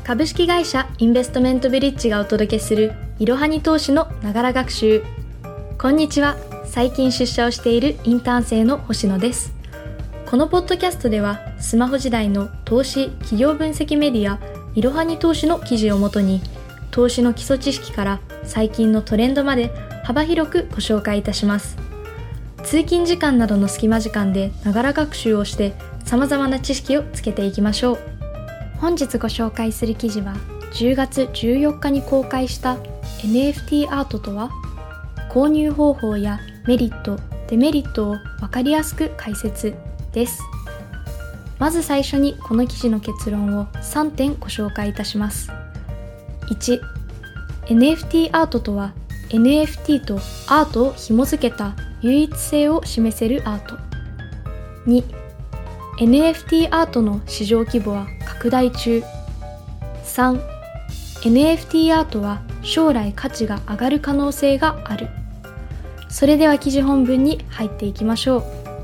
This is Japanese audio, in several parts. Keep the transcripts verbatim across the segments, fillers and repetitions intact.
株式会社インベストメントブリッジがお届けするいろはに投資のながら学習。こんにちは。最近出社をしているインターン生の星野です。このポッドキャストではスマホ時代の投資企業分析メディアいろはに投資の記事をもとに、投資の基礎知識から最近のトレンドまで幅広くご紹介いたします。通勤時間などの隙間時間でながら学習をして様々な知識をつけていきましょう。本日ご紹介する記事はじゅうがつじゅうよっかに公開した エヌエフティー アートとは、購入方法やメリット、デメリットを分かりやすく解説です。まず最初にこの記事の結論をさんてんご紹介いたします。いち、エヌエフティー アートとは エヌエフティー とアートを紐付けた唯一性を示せるアート。に、エヌエフティー アートの市場規模は拡大中。さん、エヌエフティー アートは将来価値が上がる可能性がある。それでは記事本文に入っていきましょう。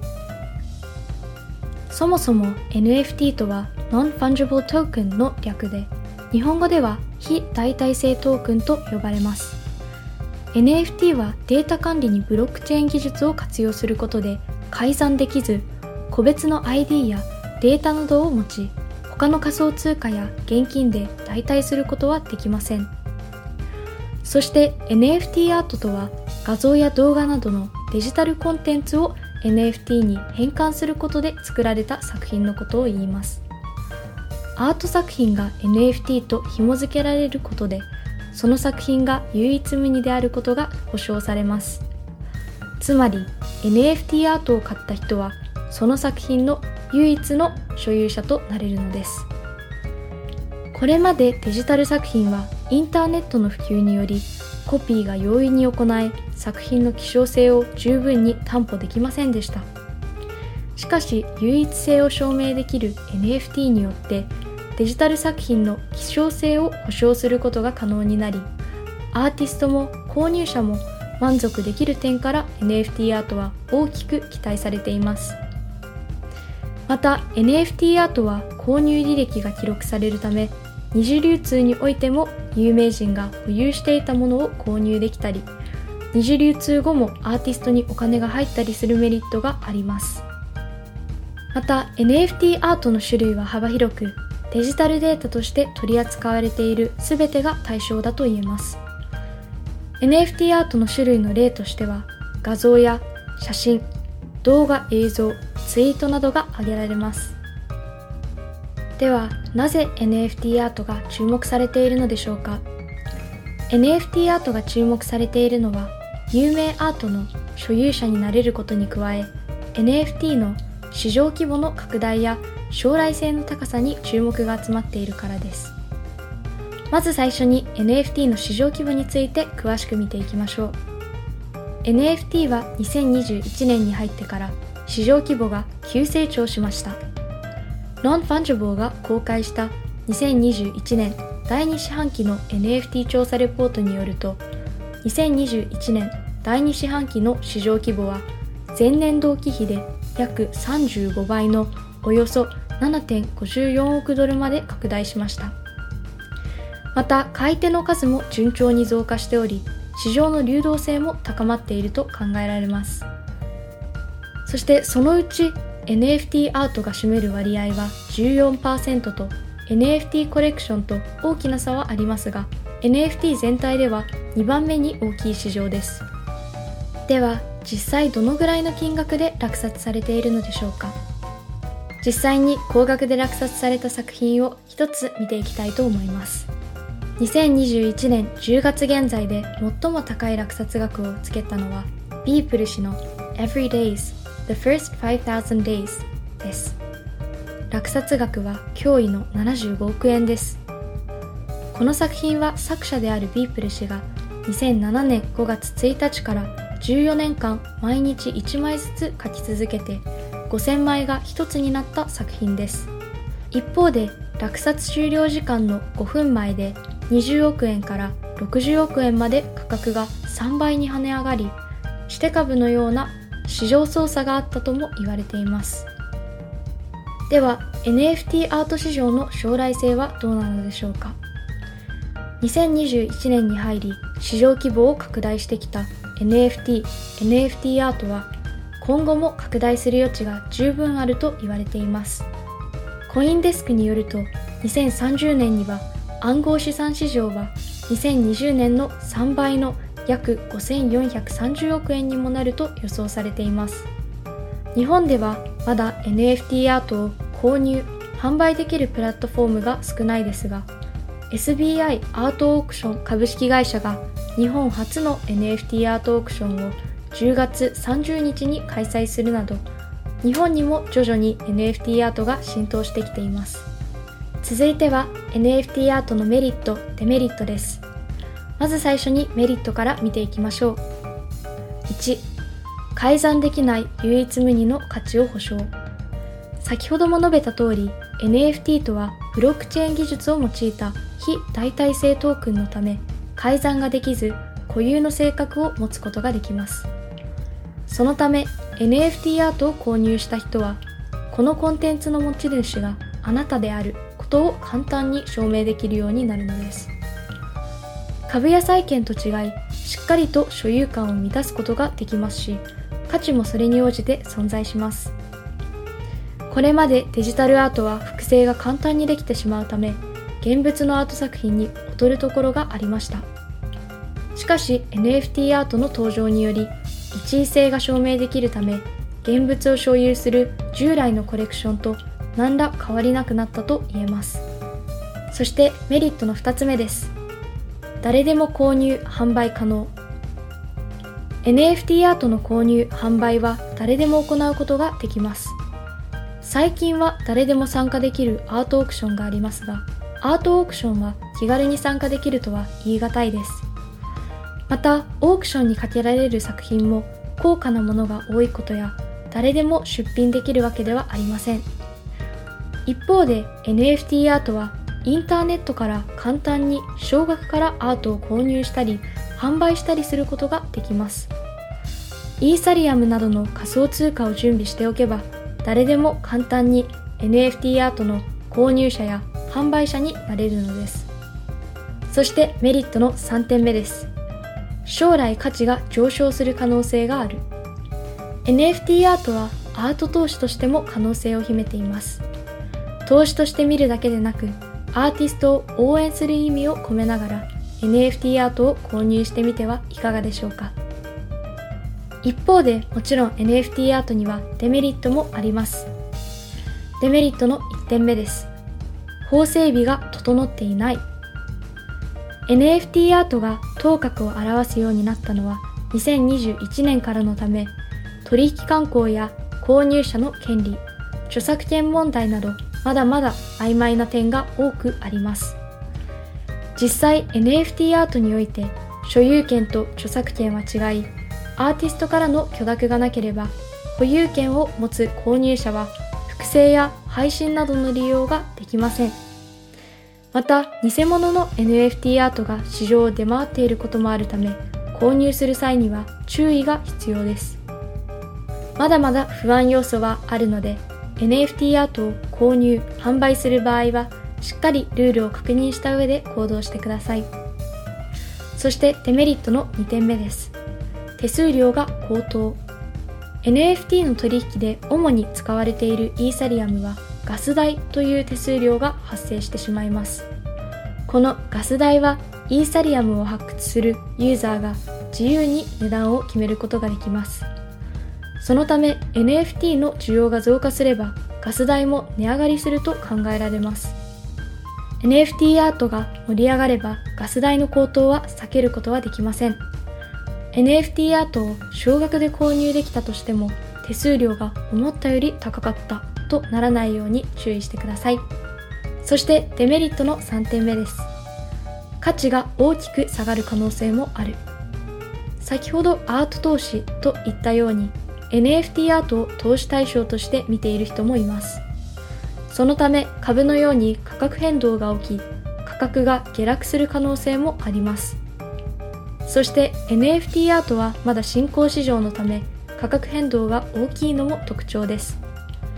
そもそも エヌエフティー とは Non-Fungible Token の略で、日本語では非代替性トークンと呼ばれます。エヌエフティー はデータ管理にブロックチェーン技術を活用することで改ざんできず、個別の アイディー やデータなどを持ち、他の仮想通貨や現金で代替することはできません。そして エヌエフティー アートとは、画像や動画などのデジタルコンテンツを エヌエフティー に変換することで作られた作品のことを言います。アート作品が エヌエフティー と紐付けられることで、その作品が唯一無二であることが保証されます。つまり エヌエフティー アートを買った人は、その作品の唯一の所有者となれるのです。これまでデジタル作品はインターネットの普及により、コピーが容易に行え、作品の希少性を十分に担保できませんでした。しかし、唯一性を証明できる エヌエフティー によって、デジタル作品の希少性を保証することが可能になり、アーティストも購入者も満足できる点から エヌエフティー アートは大きく期待されています。また エヌエフティー アートは購入履歴が記録されるため、二次流通においても有名人が保有していたものを購入できたり、二次流通後もアーティストにお金が入ったりするメリットがあります。また エヌエフティー アートの種類は幅広く、デジタルデータとして取り扱われているすべてが対象だと言えます。 エヌエフティー アートの種類の例としては、画像や写真、動画、映像、ツイートなどが挙げられます。では、なぜ エヌエフティー アートが注目されているのでしょうか。 エヌエフティー アートが注目されているのは、有名アートの所有者になれることに加え、 エヌエフティー の市場規模の拡大や将来性の高さに注目が集まっているからです。まず最初に エヌエフティー の市場規模について詳しく見ていきましょう。エヌエフティー はにせんにじゅういちねんに入ってから市場規模が急成長しました。Non-Fungible が公開したにせんにじゅういちねんだいに四半期の エヌエフティー 調査レポートによると、にせんにじゅういちねんだいに四半期の市場規模は前年同期比で約さんじゅうごばいのおよそ ななてんごじゅうよんおくドルまで拡大しました。また買い手の数も順調に増加しており、市場の流動性も高まっていると考えられます。そしてそのうち エヌエフティー アートが占める割合は じゅうよんパーセント と エヌエフティー コレクションと大きな差はありますが、 エヌエフティー 全体ではにばんめに大きい市場です。では実際どのぐらいの金額で落札されているのでしょうか。実際に高額で落札された作品を一つ見ていきたいと思います。にせんにじゅういちねんじゅうがつ現在で最も高い落札額をつけたのは、ビープル氏の Every Days The Firstファイブサウザンデイズ です。落札額は驚異のななじゅうごおくえんです。この作品は作者であるビープル氏がにせんななねんごがつついたちからじゅうよねんかん毎日いちまいずつ描き続けてごせんまいが一つになった作品です。一方で落札終了時間のごふんまえでにじゅうおくえんからろくじゅうおくえんまで価格がさんばいに跳ね上がり、して株のような市場操作があったとも言われています。 では エヌエフティー アート市場の将来性はどうなのでしょうか。にせんにじゅういちねんに入り市場規模を拡大してきた エヌエフティー、エヌエフティー アートは今後も拡大する余地が十分あると言われています。コインデスクによるとにせんさんじゅうねんには暗号資産市場はにせんにじゅうねんのさんばいの約ごせんよんひゃくさんじゅうおくえんにもなると予想されています。日本ではまだ エヌエフティー アートを購入・販売できるプラットフォームが少ないですが、エスビーアイ アートオークション株式会社が日本初の エヌエフティー アートオークションをじゅうがつさんじゅうにちに開催するなど、日本にも徐々に エヌエフティー アートが浸透してきています。続いては エヌエフティー アートのメリット・デメリットです。まず最初にメリットから見ていきましょう。いち、改ざんできない唯一無二の価値を保証。先ほども述べた通り、エヌエフティー とはブロックチェーン技術を用いた非代替性トークンのため、改ざんができず固有の性格を持つことができます。そのため エヌエフティー アートを購入した人は、このコンテンツの持ち主があなたであることを簡単に証明できるようになるのです。株や債券と違い、しっかりと所有感を満たすことができますし、価値もそれに応じて存在します。これまでデジタルアートは複製が簡単にできてしまうため、現物のアート作品に劣るところがありました。しかし エヌエフティー アートの登場により一位性が証明できるため、現物を所有する従来のコレクションと何ら変わりなくなったと言えます。そしてメリットのふたつめです。誰でも購入・販売可能。 エヌエフティー アートの購入・販売は誰でも行うことができます。最近は誰でも参加できるアートオークションがありますが、アートオークションは気軽に参加できるとは言い難いです。また、オークションにかけられる作品も高価なものが多いことや、誰でも出品できるわけではありません。一方で エヌエフティー アートはインターネットから簡単に少額からアートを購入したり販売したりすることができます。イーサリアムなどの仮想通貨を準備しておけば、誰でも簡単に エヌエフティー アートの購入者や販売者になれるのです。そしてメリットのさんてんめです。将来価値が上昇する可能性がある。 エヌエフティー アートはアート投資としても可能性を秘めています。投資として見るだけでなく、アーティストを応援する意味を込めながら エヌエフティー アートを購入してみてはいかがでしょうか。一方でもちろん エヌエフティー アートにはデメリットもあります。デメリットのいってんめです。法整備が整っていない。 エヌエフティー アートが頭角を表すようになったのはにせんにじゅういちねんからのため、取引慣行や購入者の権利、著作権問題などまだまだ曖昧な点が多くあります。実際 エヌエフティー アートにおいて所有権と著作権は違い、アーティストからの許諾がなければ保有権を持つ購入者は複製や配信などの利用ができません。また偽物の エヌエフティー アートが市場を出回っていることもあるため、購入する際には注意が必要です。まだまだ不安要素はあるので、 エヌエフティー アートを購入・販売する場合はしっかりルールを確認した上で行動してください。そしてデメリットのにてんめです。手数料が高騰。 エヌエフティー の取引で主に使われているイーサリアムはガス代という手数料が発生してしまいます。このガス代はイーサリアムを発掘するユーザーが自由に値段を決めることができます。そのため エヌエフティー の需要が増加すればガス代も値上がりすると考えられます。 エヌエフティー アートが盛り上がればガス代の高騰は避けることはできません。 エヌエフティー アートを少額で購入できたとしても手数料が思ったより高かったとならないように注意してください。そしてデメリットのさんてんめです。価値が大きく下がる可能性もある。先ほどアート投資と言ったように エヌエフティー アートを投資対象として見ている人もいます。そのため株のように価格変動が起き、価格が下落する可能性もあります。そして エヌエフティー アートはまだ新興市場のため価格変動が大きいのも特徴です。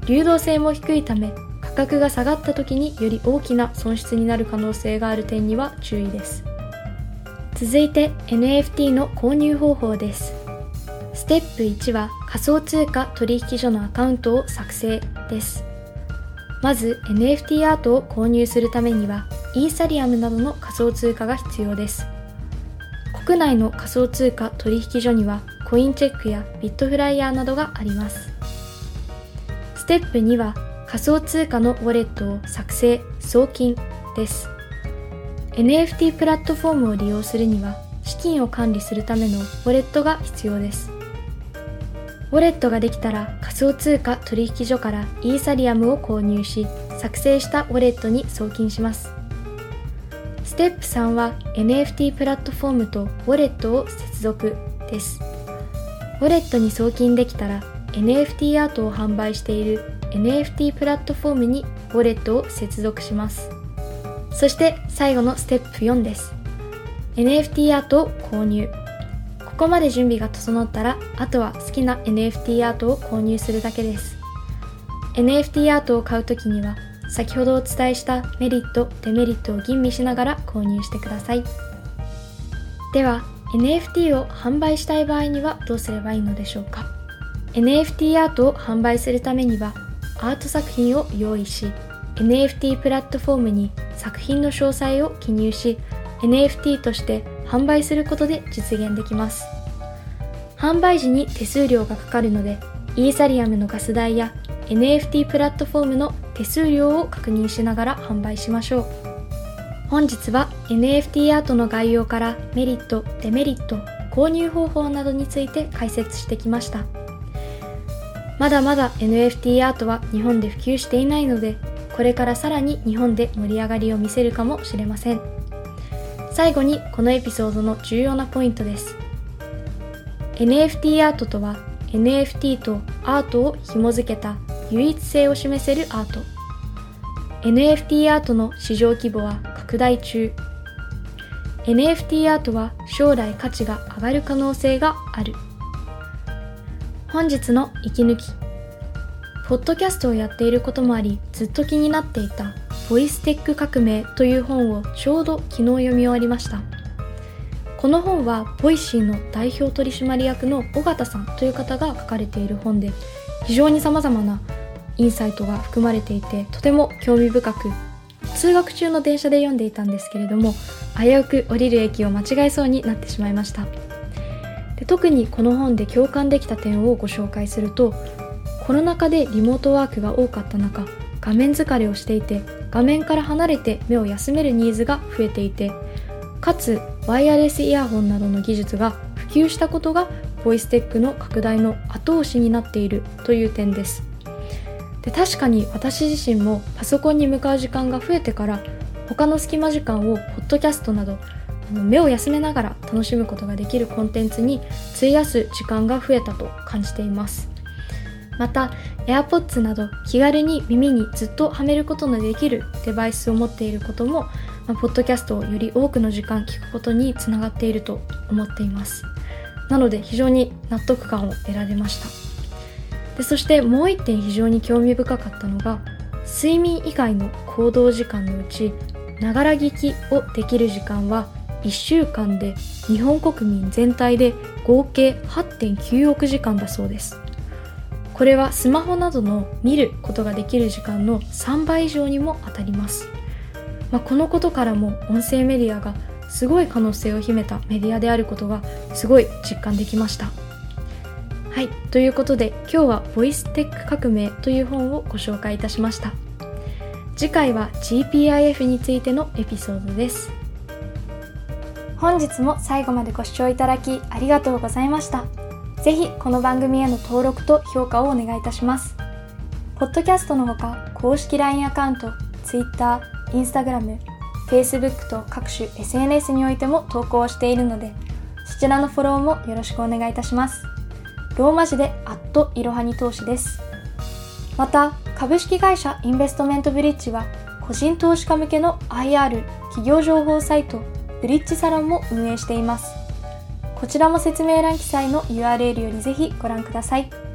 流動性も低いため、価格が下がった時により大きな損失になる可能性がある点には注意です。続いて エヌエフティー の購入方法です。ステップいちは仮想通貨取引所のアカウントを作成です。まず エヌエフティー アートを購入するためにはイーサリアムなどの仮想通貨が必要です。国内の仮想通貨取引所にはコインチェックやビットフライヤーなどがあります。ステップには仮想通貨のウォレットを作成・送金です。エヌエフティー プラットフォームを利用するには資金を管理するためのウォレットが必要です。ウォレットができたら仮想通貨取引所からイーサリアムを購入し、作成したウォレットに送金します。ステップさんは エヌエフティー プラットフォームとウォレットを接続です。ウォレットに送金できたら エヌエフティー アートを販売している エヌエフティー プラットフォームにウォレットを接続します。そして最後のステップよんです。エヌエフティー アートを購入。ここまで準備が整ったら、あとは好きな エヌエフティー アートを購入するだけです。エヌエフティー アートを買うときには、先ほどお伝えしたメリット・デメリットを吟味しながら購入してください。では、エヌエフティー を販売したい場合にはどうすればいいのでしょうか。エヌエフティー アートを販売するためには、アート作品を用意し、エヌエフティー プラットフォームに作品の詳細を記入し、エヌエフティー として販売することで実現できます。販売時に手数料がかかるので、イーサリアムのガス代や エヌエフティー プラットフォームの手数料を確認しながら販売しましょう。本日は エヌエフティー アートの概要からメリット、デメリット、購入方法などについて解説してきました。まだまだ エヌエフティー アートは日本で普及していないので、これからさらに日本で盛り上がりを見せるかもしれません。最後にこのエピソードの重要なポイントです。エヌエフティー アートとは エヌエフティー とアートを紐づけた唯一性を示せるアート。エヌエフティー アートの市場規模は拡大中。エヌエフティー アートは将来価値が上がる可能性がある。本日の息抜き。ポッドキャストをやっていることもあり、ずっと気になっていたボイステック革命という本をちょうど昨日読み終わりました。この本はボイシーの代表取締役の尾形さんという方が書かれている本で、非常に様々なインサイトが含まれていて、とても興味深く、通学中の電車で読んでいたんですけれども、危うく降りる駅を間違えそうになってしまいました。で、特にこの本で共感できた点をご紹介すると、コロナ禍でリモートワークが多かった中、画面疲れをしていて、画面から離れて目を休めるニーズが増えていて、かつワイヤレスイヤホンなどの技術が普及したことがボイステックの拡大の後押しになっているという点です。で、確かに私自身もパソコンに向かう時間が増えてから、他の隙間時間をポッドキャストなど目を休めながら楽しむことができるコンテンツに費やす時間が増えたと感じています。また AirPods など気軽に耳にずっとはめることのできるデバイスを持っていることも、まあ、ポッドキャストをより多くの時間聞くことにつながっていると思っています。なので非常に納得感を得られました。で、そしてもう一点非常に興味深かったのが、睡眠以外の行動時間のうちながら聞きをできる時間はいっしゅうかんで日本国民全体で合計 はってんきゅうおくじかんだそうです。これはスマホなどの見ることができる時間のさんばい以上にも当たります。まあ、このことからも音声メディアがすごい可能性を秘めたメディアであることがすごい実感できました。はい、ということで今日はボイステック革命という本をご紹介いたしました。次回は ジーピーアイエフ についてのエピソードです。本日も最後までご視聴いただきありがとうございました。ぜひこの番組への登録と評価をお願いいたします。ポッドキャストのほか公式 ライン アカウント、Twitter、Instagram、Facebook と各種 エスエヌエス においても投稿をしているので、そちらのフォローもよろしくお願いいたします。ローマ字でアットいろはに投資です。また、株式会社インベストメントブリッジは個人投資家向けの アイアール 企業情報サイトブリッジサロンも運営しています。こちらも説明欄記載の ユーアールエル よりぜひご覧ください。